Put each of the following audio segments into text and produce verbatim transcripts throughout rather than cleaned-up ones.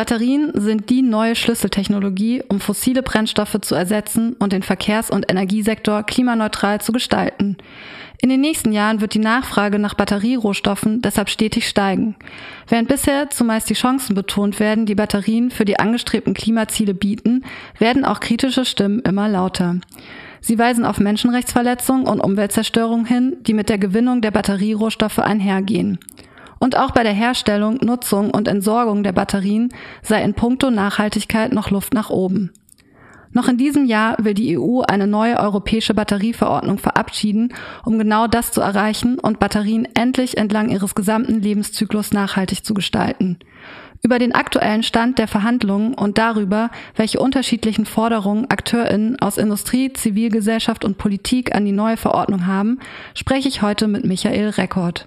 Batterien sind die neue Schlüsseltechnologie, um fossile Brennstoffe zu ersetzen und den Verkehrs- und Energiesektor klimaneutral zu gestalten. In den nächsten Jahren wird die Nachfrage nach Batterierohstoffen deshalb stetig steigen. Während bisher zumeist die Chancen betont werden, die Batterien für die angestrebten Klimaziele bieten, werden auch kritische Stimmen immer lauter. Sie weisen auf Menschenrechtsverletzungen und Umweltzerstörung hin, die mit der Gewinnung der Batterierohstoffe einhergehen. Und auch bei der Herstellung, Nutzung und Entsorgung der Batterien sei in puncto Nachhaltigkeit noch Luft nach oben. Noch in diesem Jahr will die E U eine neue europäische Batterieverordnung verabschieden, um genau das zu erreichen und Batterien endlich entlang ihres gesamten Lebenszyklus nachhaltig zu gestalten. Über den aktuellen Stand der Verhandlungen und darüber, welche unterschiedlichen Forderungen AkteurInnen aus Industrie, Zivilgesellschaft und Politik an die neue Verordnung haben, spreche ich heute mit Michael Reckord.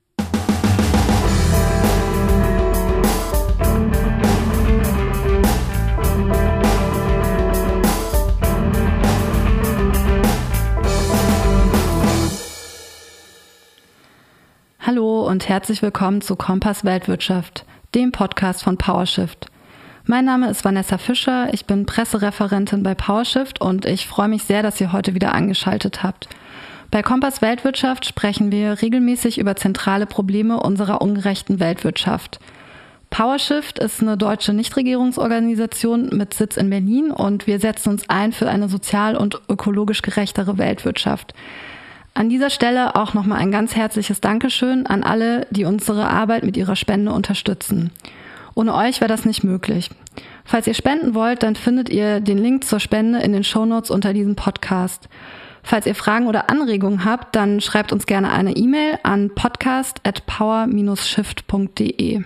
Hallo und herzlich willkommen zu Kompass Weltwirtschaft, dem Podcast von PowerShift. Mein Name ist Vanessa Fischer, ich bin Pressereferentin bei PowerShift und ich freue mich sehr, dass ihr heute wieder eingeschaltet habt. Bei Kompass Weltwirtschaft sprechen wir regelmäßig über zentrale Probleme unserer ungerechten Weltwirtschaft. PowerShift ist eine deutsche Nichtregierungsorganisation mit Sitz in Berlin und wir setzen uns ein für eine sozial und ökologisch gerechtere Weltwirtschaft. An dieser Stelle auch nochmal ein ganz herzliches Dankeschön an alle, die unsere Arbeit mit ihrer Spende unterstützen. Ohne euch wäre das nicht möglich. Falls ihr spenden wollt, dann findet ihr den Link zur Spende in den Shownotes unter diesem Podcast. Falls ihr Fragen oder Anregungen habt, dann schreibt uns gerne eine E-Mail an podcast at power dash shift punkt de.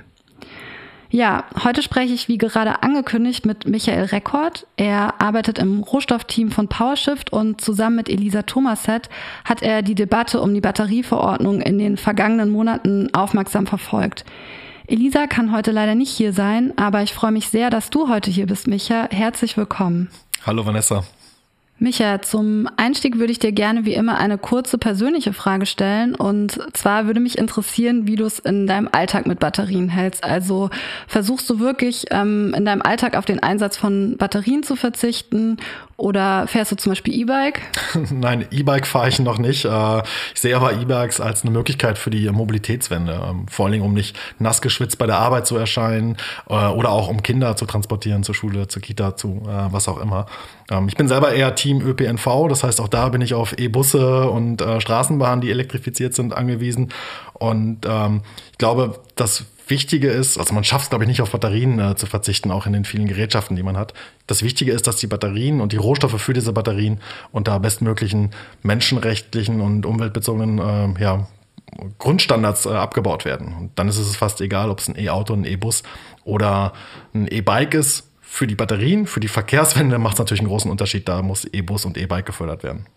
Ja, heute spreche ich, wie gerade angekündigt, mit Michael Reckord. Er arbeitet im Rohstoffteam von PowerShift und zusammen mit Elisa Thomaset hat er die Debatte um die Batterieverordnung in den vergangenen Monaten aufmerksam verfolgt. Elisa kann heute leider nicht hier sein, aber ich freue mich sehr, dass du heute hier bist, Micha. Herzlich willkommen. Hallo Vanessa. Micha, zum Einstieg würde ich dir gerne wie immer eine kurze persönliche Frage stellen. Und zwar würde mich interessieren, wie du es in deinem Alltag mit Batterien hältst. Also versuchst du wirklich ähm, in deinem Alltag auf den Einsatz von Batterien zu verzichten oder fährst du zum Beispiel E-Bike? Nein, E-Bike fahre ich noch nicht. Ich sehe aber E-Bikes als eine Möglichkeit für die Mobilitätswende. Vor allen Dingen, um nicht nass geschwitzt bei der Arbeit zu erscheinen oder auch um Kinder zu transportieren zur Schule, zur Kita, zu was auch immer. Ich bin selber eher Team Ö P N V, das heißt, auch da bin ich auf E-Busse und Straßenbahnen, die elektrifiziert sind, angewiesen. Und ich glaube, das Wichtige ist, also man schafft es, glaube ich, nicht auf Batterien äh, zu verzichten, auch in den vielen Gerätschaften, die man hat. Das Wichtige ist, dass die Batterien und die Rohstoffe für diese Batterien unter bestmöglichen menschenrechtlichen und umweltbezogenen äh, ja, Grundstandards äh, abgebaut werden. Und dann ist es fast egal, ob es ein E-Auto, ein E-Bus oder ein E-Bike ist. Für die Batterien, für die Verkehrswende macht es natürlich einen großen Unterschied. Da muss E-Bus und E-Bike gefördert werden.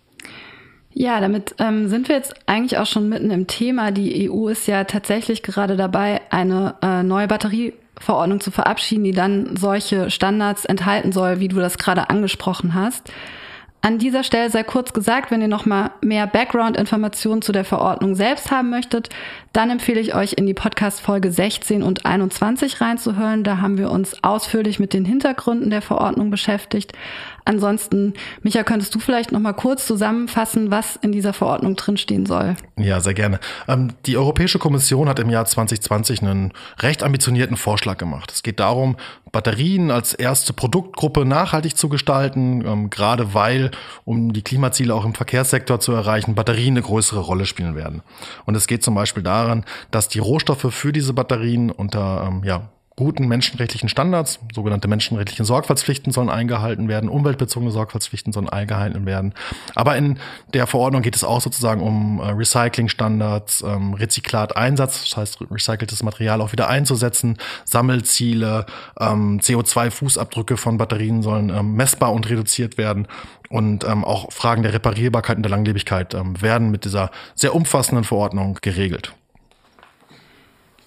Ja, damit ähm, sind wir jetzt eigentlich auch schon mitten im Thema. Die E U ist ja tatsächlich gerade dabei, eine äh, neue Batterieverordnung zu verabschieden, die dann solche Standards enthalten soll, wie du das gerade angesprochen hast. An dieser Stelle sei kurz gesagt, wenn ihr noch mal mehr Background-Informationen zu der Verordnung selbst haben möchtet, dann empfehle ich euch in die Podcast-Folge sechzehn und einundzwanzig reinzuhören. Da haben wir uns ausführlich mit den Hintergründen der Verordnung beschäftigt. Ansonsten, Micha, könntest du vielleicht noch mal kurz zusammenfassen, was in dieser Verordnung drinstehen soll? Ja, sehr gerne. Ähm, die Europäische Kommission hat im Jahr zwanzig zwanzig einen recht ambitionierten Vorschlag gemacht. Es geht darum, Batterien als erste Produktgruppe nachhaltig zu gestalten, ähm, gerade weil, um die Klimaziele auch im Verkehrssektor zu erreichen, Batterien eine größere Rolle spielen werden. Und es geht zum Beispiel daran, dass die Rohstoffe für diese Batterien unter ähm, ja, guten menschenrechtlichen Standards, sogenannte menschenrechtliche Sorgfaltspflichten sollen eingehalten werden, umweltbezogene Sorgfaltspflichten sollen eingehalten werden. Aber in der Verordnung geht es auch sozusagen um äh, Recyclingstandards, ähm, Rezyklateinsatz, das heißt recyceltes Material auch wieder einzusetzen, Sammelziele, ähm, C O zwei Fußabdrücke von Batterien sollen ähm, messbar und reduziert werden. Und ähm, auch Fragen der Reparierbarkeit und der Langlebigkeit ähm, werden mit dieser sehr umfassenden Verordnung geregelt.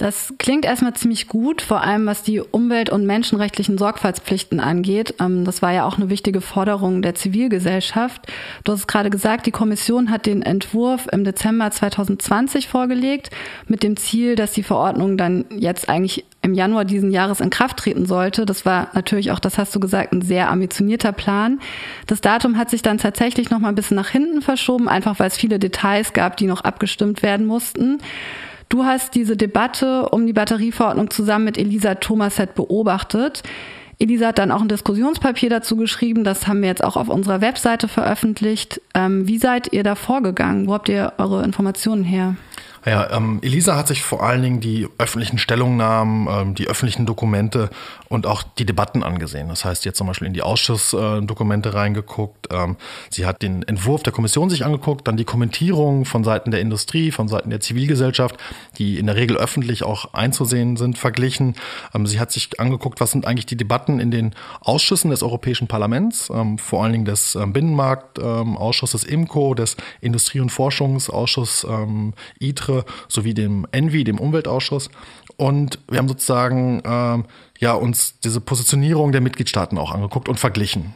Das klingt erstmal ziemlich gut, vor allem was die umwelt- und menschenrechtlichen Sorgfaltspflichten angeht. Das war ja auch eine wichtige Forderung der Zivilgesellschaft. Du hast es gerade gesagt, die Kommission hat den Entwurf im Dezember zwanzig zwanzig vorgelegt, mit dem Ziel, dass die Verordnung dann jetzt eigentlich im Januar diesen Jahres in Kraft treten sollte. Das war natürlich auch, das hast du gesagt, ein sehr ambitionierter Plan. Das Datum hat sich dann tatsächlich noch mal ein bisschen nach hinten verschoben, einfach weil es viele Details gab, die noch abgestimmt werden mussten. Du hast diese Debatte um die Batterieverordnung zusammen mit Elisa Thomaset beobachtet. Elisa hat dann auch ein Diskussionspapier dazu geschrieben. Das haben wir jetzt auch auf unserer Webseite veröffentlicht. Ähm, wie seid ihr da vorgegangen? Wo habt ihr eure Informationen her? Ja, ähm, Elisa hat sich vor allen Dingen die öffentlichen Stellungnahmen, ähm, die öffentlichen Dokumente und auch die Debatten angesehen. Das heißt, jetzt zum Beispiel in die Ausschussdokumente äh, reingeguckt. Ähm, sie hat den Entwurf der Kommission sich angeguckt, dann die Kommentierungen von Seiten der Industrie, von Seiten der Zivilgesellschaft, die in der Regel öffentlich auch einzusehen sind, verglichen. Ähm, sie hat sich angeguckt, was sind eigentlich die Debatten in den Ausschüssen des Europäischen Parlaments, ähm, vor allen Dingen des ähm, Binnenmarktausschusses ähm, IMCO, des Industrie- und Forschungsausschusses ähm, ITRE, sowie dem ENVI, dem Umweltausschuss. Und wir haben sozusagen ähm, ja, uns diese Positionierung der Mitgliedstaaten auch angeguckt und verglichen.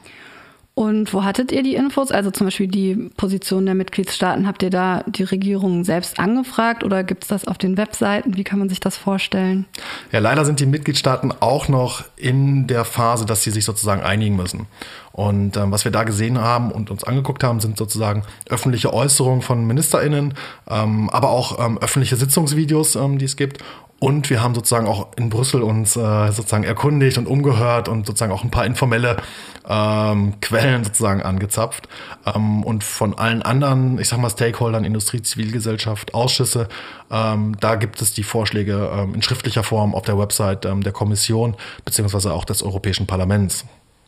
Und wo hattet ihr die Infos? Also zum Beispiel die Position der Mitgliedstaaten. Habt ihr da die Regierung selbst angefragt oder gibt es das auf den Webseiten? Wie kann man sich das vorstellen? Ja, leider sind die Mitgliedstaaten auch noch in der Phase, dass sie sich sozusagen einigen müssen. Und ähm, was wir da gesehen haben und uns angeguckt haben, sind sozusagen öffentliche Äußerungen von MinisterInnen, ähm, aber auch ähm, öffentliche Sitzungsvideos, ähm, die es gibt. Und wir haben sozusagen auch in Brüssel uns äh, sozusagen erkundigt und umgehört und sozusagen auch ein paar informelle ähm, Quellen sozusagen angezapft. Ähm, und von allen anderen, ich sag mal Stakeholdern, Industrie, Zivilgesellschaft, Ausschüsse, ähm, da gibt es die Vorschläge ähm, in schriftlicher Form auf der Website ähm, der Kommission beziehungsweise auch des Europäischen Parlaments.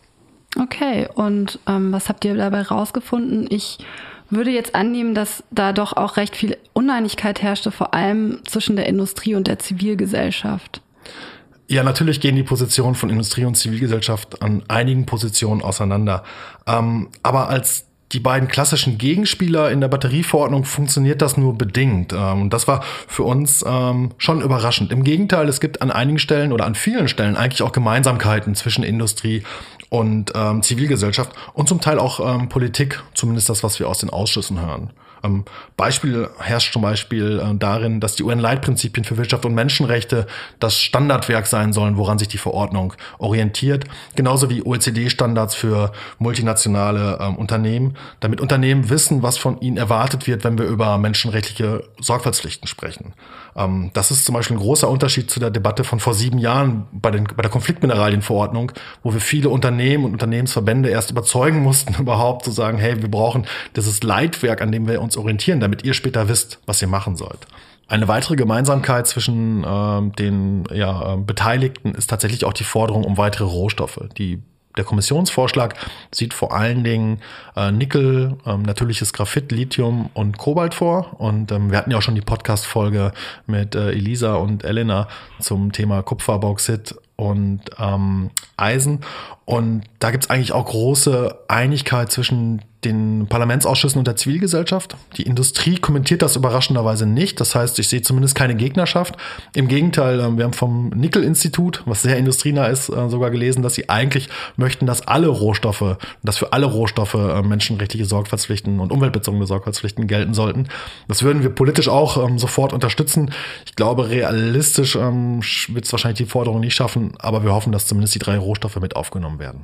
Okay, und ähm, was habt ihr dabei rausgefunden? Ich würde jetzt annehmen, dass da doch auch recht viel Uneinigkeit herrschte, vor allem zwischen der Industrie und der Zivilgesellschaft. Ja, natürlich gehen die Positionen von Industrie und Zivilgesellschaft an einigen Positionen auseinander. Ähm, aber als die beiden klassischen Gegenspieler in der Batterieverordnung funktioniert das nur bedingt. Und ähm, das war für uns ähm, schon überraschend. Im Gegenteil, es gibt an einigen Stellen oder an vielen Stellen eigentlich auch Gemeinsamkeiten zwischen Industrie und ähm, Zivilgesellschaft und zum Teil auch ähm, Politik, zumindest das, was wir aus den Ausschüssen hören. Ähm, Beispiel herrscht zum Beispiel äh, darin, dass die U N-Leitprinzipien für Wirtschaft und Menschenrechte das Standardwerk sein sollen, woran sich die Verordnung orientiert. Genauso wie O E C D-Standards für multinationale ähm, Unternehmen, damit Unternehmen wissen, was von ihnen erwartet wird, wenn wir über menschenrechtliche Sorgfaltspflichten sprechen. Ähm, das ist zum Beispiel ein großer Unterschied zu der Debatte von vor sieben Jahren bei, den, bei der Konfliktmineralienverordnung, wo wir viele Unternehmen und Unternehmensverbände erst überzeugen mussten, überhaupt zu sagen, hey, wir brauchen dieses Leitwerk, an dem wir uns orientieren, damit ihr später wisst, was ihr machen sollt. Eine weitere Gemeinsamkeit zwischen äh, den ja, äh, Beteiligten ist tatsächlich auch die Forderung um weitere Rohstoffe. Die Der Kommissionsvorschlag sieht vor allen Dingen äh, Nickel, ähm, natürliches Graphit, Lithium und Kobalt vor. Und ähm, wir hatten ja auch schon die Podcast-Folge mit äh, Elisa und Elena zum Thema Kupfer, Bauxit und ähm, Eisen. Und da gibt es eigentlich auch große Einigkeit zwischen den Parlamentsausschüssen und der Zivilgesellschaft. Die Industrie kommentiert das überraschenderweise nicht. Das heißt, ich sehe zumindest keine Gegnerschaft. Im Gegenteil, wir haben vom Nickel-Institut, was sehr industrienah ist, sogar gelesen, dass sie eigentlich möchten, dass alle Rohstoffe, dass für alle Rohstoffe menschenrechtliche Sorgfaltspflichten und umweltbezogene Sorgfaltspflichten gelten sollten. Das würden wir politisch auch sofort unterstützen. Ich glaube, realistisch wird es wahrscheinlich die Forderung nicht schaffen, aber wir hoffen, dass zumindest die drei Rohstoffe mit aufgenommen werden.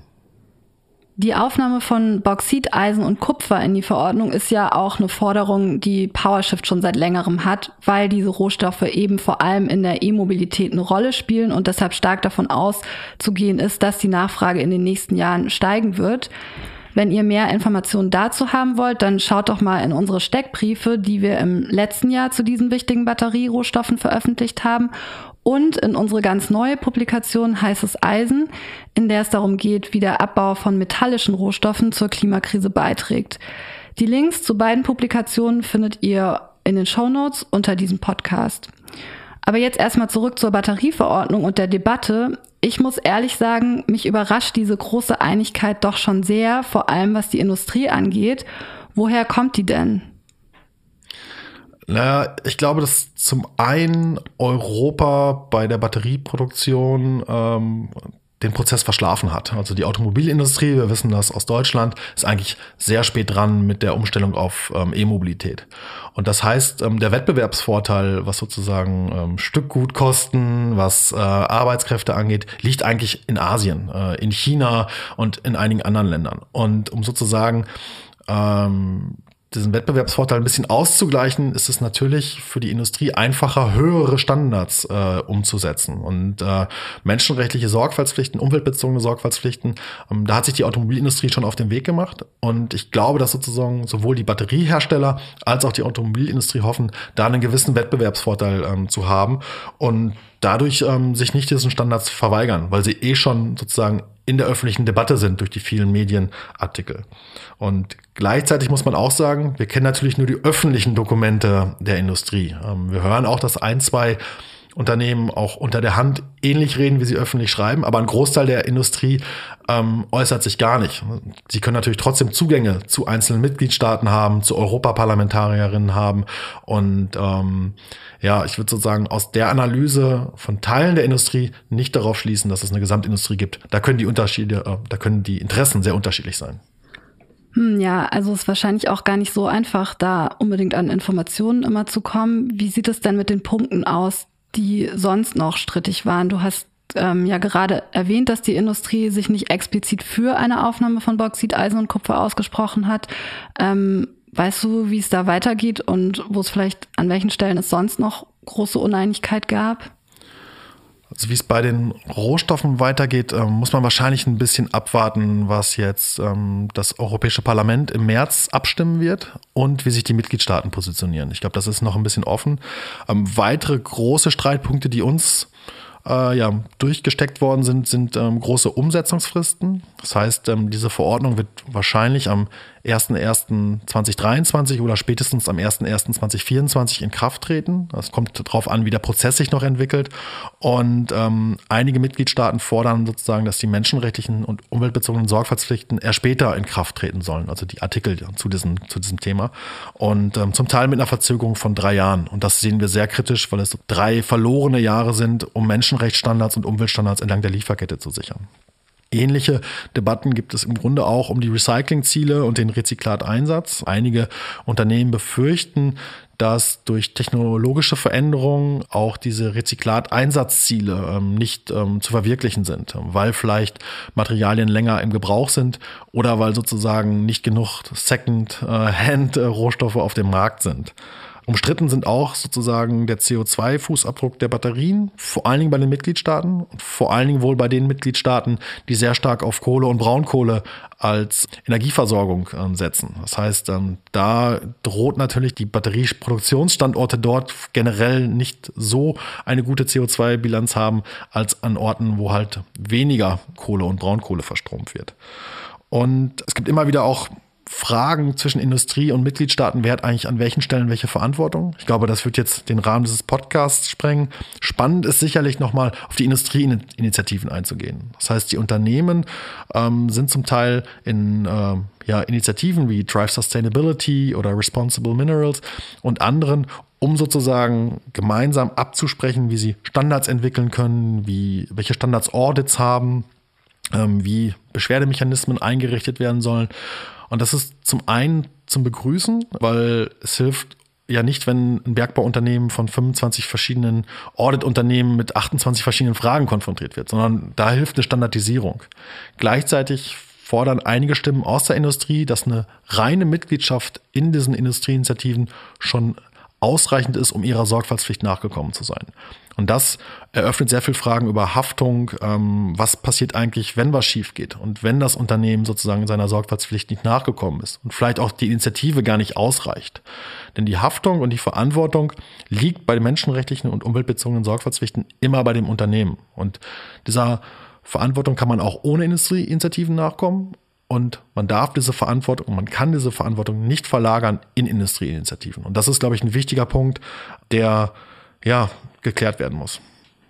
Die Aufnahme von Bauxit, Eisen und Kupfer in die Verordnung ist ja auch eine Forderung, die PowerShift schon seit längerem hat, weil diese Rohstoffe eben vor allem in der E-Mobilität eine Rolle spielen und deshalb stark davon auszugehen ist, dass die Nachfrage in den nächsten Jahren steigen wird. Wenn ihr mehr Informationen dazu haben wollt, dann schaut doch mal in unsere Steckbriefe, die wir im letzten Jahr zu diesen wichtigen Batterierohstoffen veröffentlicht haben. Und in unsere ganz neue Publikation Heißes Eisen, in der es darum geht, wie der Abbau von metallischen Rohstoffen zur Klimakrise beiträgt. Die Links zu beiden Publikationen findet ihr in den Shownotes unter diesem Podcast. Aber jetzt erstmal zurück zur Batterieverordnung und der Debatte. Ich muss ehrlich sagen, mich überrascht diese große Einigkeit doch schon sehr, vor allem was die Industrie angeht. Woher kommt die denn? Naja, ich glaube, dass zum einen Europa bei der Batterieproduktion ähm, den Prozess verschlafen hat. Also die Automobilindustrie, wir wissen das aus Deutschland, ist eigentlich sehr spät dran mit der Umstellung auf ähm, E-Mobilität. Und das heißt, ähm, der Wettbewerbsvorteil, was sozusagen ähm, Stückgutkosten, was äh, Arbeitskräfte angeht, liegt eigentlich in Asien, äh, in China und in einigen anderen Ländern. Und um sozusagen ähm, diesen Wettbewerbsvorteil ein bisschen auszugleichen, ist es natürlich für die Industrie einfacher, höhere Standards äh, umzusetzen. Und äh, menschenrechtliche Sorgfaltspflichten, umweltbezogene Sorgfaltspflichten, ähm, da hat sich die Automobilindustrie schon auf den Weg gemacht. Und ich glaube, dass sozusagen sowohl die Batteriehersteller als auch die Automobilindustrie hoffen, da einen gewissen Wettbewerbsvorteil ähm, zu haben und dadurch ähm, sich nicht diesen Standards verweigern, weil sie eh schon sozusagen in der öffentlichen Debatte sind durch die vielen Medienartikel. Und gleichzeitig muss man auch sagen, wir kennen natürlich nur die öffentlichen Dokumente der Industrie. Ähm, wir hören auch, dass ein, zwei Unternehmen auch unter der Hand ähnlich reden, wie sie öffentlich schreiben, aber ein Großteil der Industrie ähm, äußert sich gar nicht. Sie können natürlich trotzdem Zugänge zu einzelnen Mitgliedstaaten haben, zu Europaparlamentarierinnen haben und ähm, ja, ich würde sozusagen aus der Analyse von Teilen der Industrie nicht darauf schließen, dass es eine Gesamtindustrie gibt. Da können die Unterschiede, äh, da können die Interessen sehr unterschiedlich sein. Hm, ja, also es ist wahrscheinlich auch gar nicht so einfach, da unbedingt an Informationen immer zu kommen. Wie sieht es denn mit den Punkten aus, die sonst noch strittig waren? Du hast ähm, ja gerade erwähnt, dass die Industrie sich nicht explizit für eine Aufnahme von Bauxit, Eisen und Kupfer ausgesprochen hat. Ähm, weißt du, wie es da weitergeht und wo es vielleicht, an welchen Stellen es sonst noch große Uneinigkeit gab? Also wie es bei den Rohstoffen weitergeht, ähm, muss man wahrscheinlich ein bisschen abwarten, was jetzt ähm, das Europäische Parlament im März abstimmen wird und wie sich die Mitgliedstaaten positionieren. Ich glaube, das ist noch ein bisschen offen. Ähm, weitere große Streitpunkte, die uns äh, ja, durchgesteckt worden sind, sind ähm, große Umsetzungsfristen. Das heißt, ähm, diese Verordnung wird wahrscheinlich am erster erster zweitausenddreiundzwanzig oder spätestens am erster erster zweitausendvierundzwanzig in Kraft treten. Das kommt darauf an, wie der Prozess sich noch entwickelt. Und ähm, einige Mitgliedstaaten fordern sozusagen, dass die menschenrechtlichen und umweltbezogenen Sorgfaltspflichten erst später in Kraft treten sollen, also die Artikel zu diesem, zu diesem Thema. Und ähm, zum Teil mit einer Verzögerung von drei Jahren. Und das sehen wir sehr kritisch, weil es so drei verlorene Jahre sind, um Menschenrechtsstandards und Umweltstandards entlang der Lieferkette zu sichern. Ähnliche Debatten gibt es im Grunde auch um die Recyclingziele und den Rezyklateinsatz. Einige Unternehmen befürchten, dass durch technologische Veränderungen auch diese Rezyklateinsatzziele ähm, nicht ähm, zu verwirklichen sind, weil vielleicht Materialien länger im Gebrauch sind oder weil sozusagen nicht genug Second-Hand-Rohstoffe auf dem Markt sind. Umstritten sind auch sozusagen der C O zwei Fußabdruck der Batterien, vor allen Dingen bei den Mitgliedstaaten und vor allen Dingen wohl bei den Mitgliedstaaten, die sehr stark auf Kohle und Braunkohle als Energieversorgung äh, setzen. Das heißt, ähm, da droht natürlich die Batterieproduktionsstandorte dort generell nicht so eine gute C O zwei Bilanz haben, als an Orten, wo halt weniger Kohle und Braunkohle verstromt wird. Und es gibt immer wieder auch Fragen zwischen Industrie und Mitgliedstaaten, wer hat eigentlich an welchen Stellen welche Verantwortung. Ich glaube, das wird jetzt den Rahmen dieses Podcasts sprengen. Spannend ist sicherlich nochmal auf die Industrieinitiativen einzugehen. Das heißt, die Unternehmen ähm, sind zum Teil in äh, ja, Initiativen wie Drive Sustainability oder Responsible Minerals und anderen, um sozusagen gemeinsam abzusprechen, wie sie Standards entwickeln können, wie welche Standards Audits haben, ähm, wie Beschwerdemechanismen eingerichtet werden sollen. Und das ist zum einen zum Begrüßen, weil es hilft ja nicht, wenn ein Bergbauunternehmen von fünfundzwanzig verschiedenen Auditunternehmen mit achtundzwanzig verschiedenen Fragen konfrontiert wird, sondern da hilft eine Standardisierung. Gleichzeitig fordern einige Stimmen aus der Industrie, dass eine reine Mitgliedschaft in diesen Industrieinitiativen schon ausreichend ist, um ihrer Sorgfaltspflicht nachgekommen zu sein. Und das eröffnet sehr viele Fragen über Haftung. Ähm, was passiert eigentlich, wenn was schief geht und wenn das Unternehmen sozusagen seiner Sorgfaltspflicht nicht nachgekommen ist und vielleicht auch die Initiative gar nicht ausreicht. Denn die Haftung und die Verantwortung liegt bei den menschenrechtlichen und umweltbezogenen Sorgfaltspflichten immer bei dem Unternehmen. Und dieser Verantwortung kann man auch ohne Industrieinitiativen nachkommen. Und man darf diese Verantwortung, man kann diese Verantwortung nicht verlagern in Industrieinitiativen. Und das ist, glaube ich, ein wichtiger Punkt, der ja geklärt werden muss.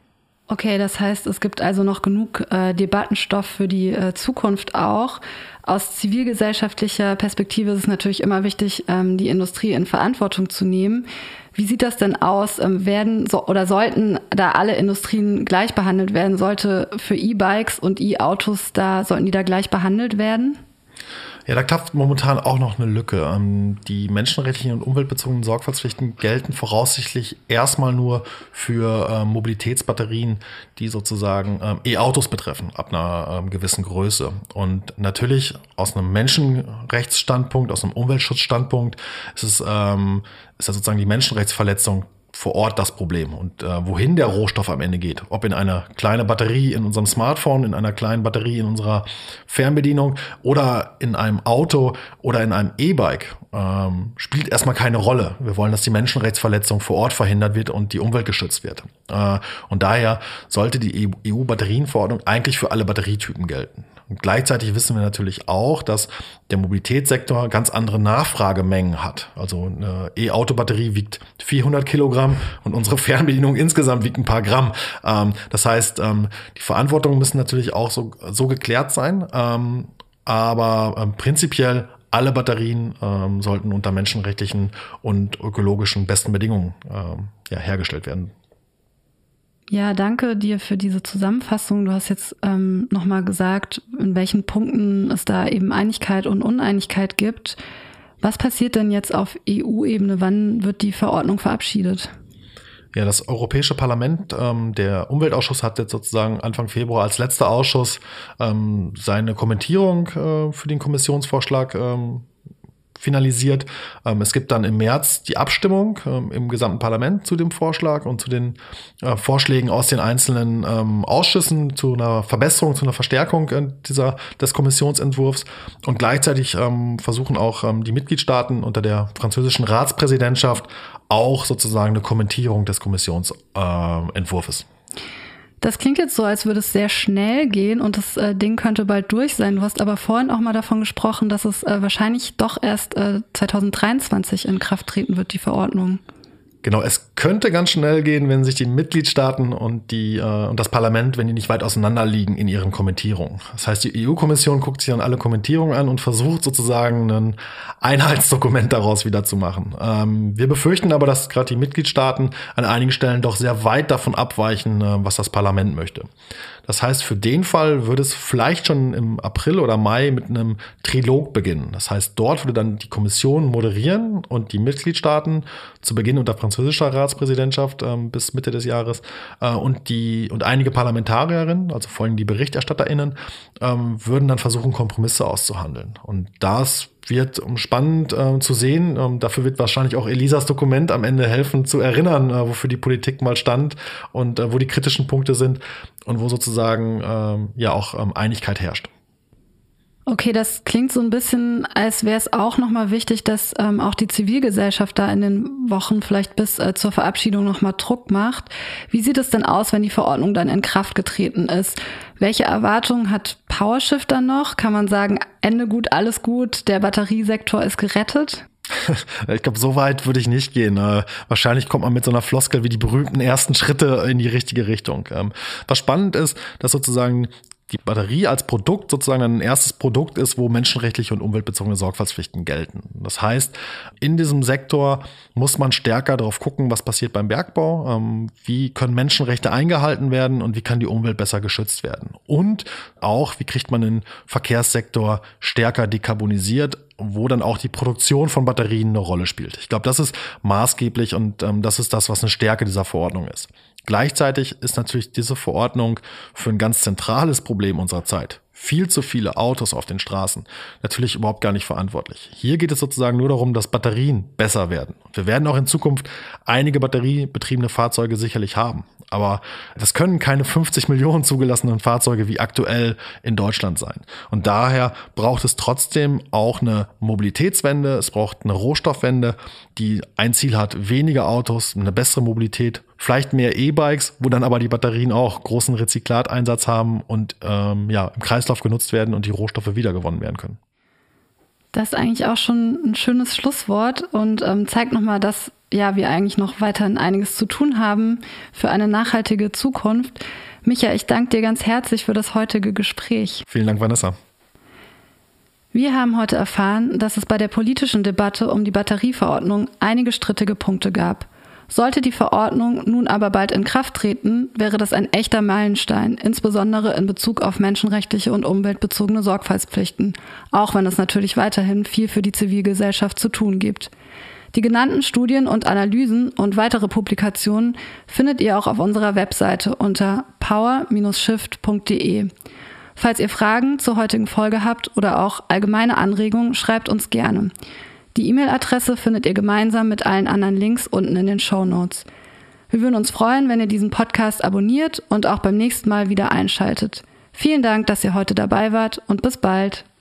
Okay, das heißt, es gibt also noch genug äh, Debattenstoff für die äh, Zukunft auch. Aus zivilgesellschaftlicher Perspektive ist es natürlich immer wichtig, ähm, die Industrie in Verantwortung zu nehmen. Wie sieht das denn aus? Ähm, werden so, oder sollten da alle Industrien gleich behandelt werden? Sollte für E-Bikes und E-Autos da, sollten die da gleich behandelt werden? Ja, da klafft momentan auch noch eine Lücke. Die menschenrechtlichen und umweltbezogenen Sorgfaltspflichten gelten voraussichtlich erstmal nur für Mobilitätsbatterien, die sozusagen E-Autos betreffen, ab einer gewissen Größe. Und natürlich aus einem Menschenrechtsstandpunkt, aus einem Umweltschutzstandpunkt ist es, ist ja sozusagen die Menschenrechtsverletzung vor Ort das Problem. Und äh, wohin der Rohstoff am Ende geht, ob in eine kleine Batterie in unserem Smartphone, in einer kleinen Batterie in unserer Fernbedienung oder in einem Auto oder in einem E-Bike, ähm, spielt erstmal keine Rolle. Wir wollen, dass die Menschenrechtsverletzung vor Ort verhindert wird und die Umwelt geschützt wird. Äh, und daher sollte die E U-Batterienverordnung eigentlich für alle Batterietypen gelten. Und gleichzeitig wissen wir natürlich auch, dass der Mobilitätssektor ganz andere Nachfragemengen hat. Also eine E-Auto-Batterie wiegt vierhundert Kilogramm und unsere Fernbedienung insgesamt wiegt ein paar Gramm. Das heißt, die Verantwortungen müssen natürlich auch so, so geklärt sein. Aber prinzipiell alle Batterien sollten unter menschenrechtlichen und ökologischen besten Bedingungen ja, hergestellt werden. Ja, danke dir für diese Zusammenfassung. Du hast jetzt ähm, nochmal gesagt, in welchen Punkten es da eben Einigkeit und Uneinigkeit gibt. Was passiert denn jetzt auf E U-Ebene? Wann wird die Verordnung verabschiedet? Ja, das Europäische Parlament, ähm, der Umweltausschuss hat jetzt sozusagen Anfang Februar als letzter Ausschuss ähm, seine Kommentierung äh, für den Kommissionsvorschlag ähm, finalisiert. Es gibt dann im März die Abstimmung im gesamten Parlament zu dem Vorschlag und zu den Vorschlägen aus den einzelnen Ausschüssen zu einer Verbesserung, zu einer Verstärkung dieser, des Kommissionsentwurfs. Und gleichzeitig versuchen auch die Mitgliedstaaten unter der französischen Ratspräsidentschaft auch sozusagen eine Kommentierung des Kommissionsentwurfs. Das klingt jetzt so, als würde es sehr schnell gehen und das äh, Ding könnte bald durch sein. Du hast aber vorhin auch mal davon gesprochen, dass es äh, wahrscheinlich doch erst äh, zwanzig dreiundzwanzig in Kraft treten wird, die Verordnung. Genau, es könnte ganz schnell gehen, wenn sich die Mitgliedstaaten und die äh, und das Parlament, wenn die nicht weit auseinander liegen in ihren Kommentierungen. Das heißt, die E U-Kommission guckt sich dann alle Kommentierungen an und versucht sozusagen ein Einheitsdokument daraus wieder zu machen. Ähm, wir befürchten aber, dass gerade die Mitgliedstaaten an einigen Stellen doch sehr weit davon abweichen, äh, was das Parlament möchte. Das heißt, für den Fall würde es vielleicht schon im April oder Mai mit einem Trilog beginnen. Das heißt, dort würde dann die Kommission moderieren und die Mitgliedstaaten zu Beginn unter französischer Ratspräsidentschaft ähm, bis Mitte des Jahres äh, und die und einige Parlamentarierinnen, also vor allem die BerichterstatterInnen, ähm, würden dann versuchen, Kompromisse auszuhandeln. Und das wird spannend äh, zu sehen. Ähm, dafür wird wahrscheinlich auch Elisas Dokument am Ende helfen zu erinnern, äh, wofür die Politik mal stand und äh, wo die kritischen Punkte sind und wo sozusagen ähm, ja auch ähm, Einigkeit herrscht. Okay, das klingt so ein bisschen, als wäre es auch nochmal wichtig, dass ähm, auch die Zivilgesellschaft da in den Wochen vielleicht bis äh, zur Verabschiedung nochmal Druck macht. Wie sieht es denn aus, wenn die Verordnung dann in Kraft getreten ist? Welche Erwartungen hat PowerShift dann noch? Kann man sagen, Ende gut, alles gut, der Batteriesektor ist gerettet? Ich glaube, so weit würde ich nicht gehen. Äh, wahrscheinlich kommt man mit so einer Floskel wie die berühmten ersten Schritte in die richtige Richtung. Ähm, was spannend ist, dass sozusagen die Batterie als Produkt sozusagen ein erstes Produkt ist, wo menschenrechtliche und umweltbezogene Sorgfaltspflichten gelten. Das heißt, in diesem Sektor muss man stärker darauf gucken, was passiert beim Bergbau, ähm, wie können Menschenrechte eingehalten werden und wie kann die Umwelt besser geschützt werden. Und auch, wie kriegt man den Verkehrssektor stärker dekarbonisiert, wo dann auch die Produktion von Batterien eine Rolle spielt. Ich glaube, das ist maßgeblich und ähm, das ist das, was eine Stärke dieser Verordnung ist. Gleichzeitig ist natürlich diese Verordnung für ein ganz zentrales Problem unserer Zeit, viel zu viele Autos auf den Straßen, natürlich überhaupt gar nicht verantwortlich. Hier geht es sozusagen nur darum, dass Batterien besser werden. Wir werden auch in Zukunft einige batteriebetriebene Fahrzeuge sicherlich haben. Aber das können keine fünfzig Millionen zugelassenen Fahrzeuge wie aktuell in Deutschland sein. Und daher braucht es trotzdem auch eine Mobilitätswende, es braucht eine Rohstoffwende, die ein Ziel hat, weniger Autos, eine bessere Mobilität, vielleicht mehr E-Bikes, wo dann aber die Batterien auch großen Rezyklateinsatz haben und ähm, ja im Kreislauf genutzt werden und die Rohstoffe wiedergewonnen werden können. Das ist eigentlich auch schon ein schönes Schlusswort und ähm, zeigt nochmal, dass ja, wir eigentlich noch weiterhin einiges zu tun haben für eine nachhaltige Zukunft. Micha, ich danke dir ganz herzlich für das heutige Gespräch. Vielen Dank, Vanessa. Wir haben heute erfahren, dass es bei der politischen Debatte um die Batterieverordnung einige strittige Punkte gab. Sollte die Verordnung nun aber bald in Kraft treten, wäre das ein echter Meilenstein, insbesondere in Bezug auf menschenrechtliche und umweltbezogene Sorgfaltspflichten, auch wenn es natürlich weiterhin viel für die Zivilgesellschaft zu tun gibt. Die genannten Studien und Analysen und weitere Publikationen findet ihr auch auf unserer Webseite unter power Bindestrich shift Punkt de. Falls ihr Fragen zur heutigen Folge habt oder auch allgemeine Anregungen, schreibt uns gerne. Die E-Mail-Adresse findet ihr gemeinsam mit allen anderen Links unten in den Shownotes. Wir würden uns freuen, wenn ihr diesen Podcast abonniert und auch beim nächsten Mal wieder einschaltet. Vielen Dank, dass ihr heute dabei wart und bis bald.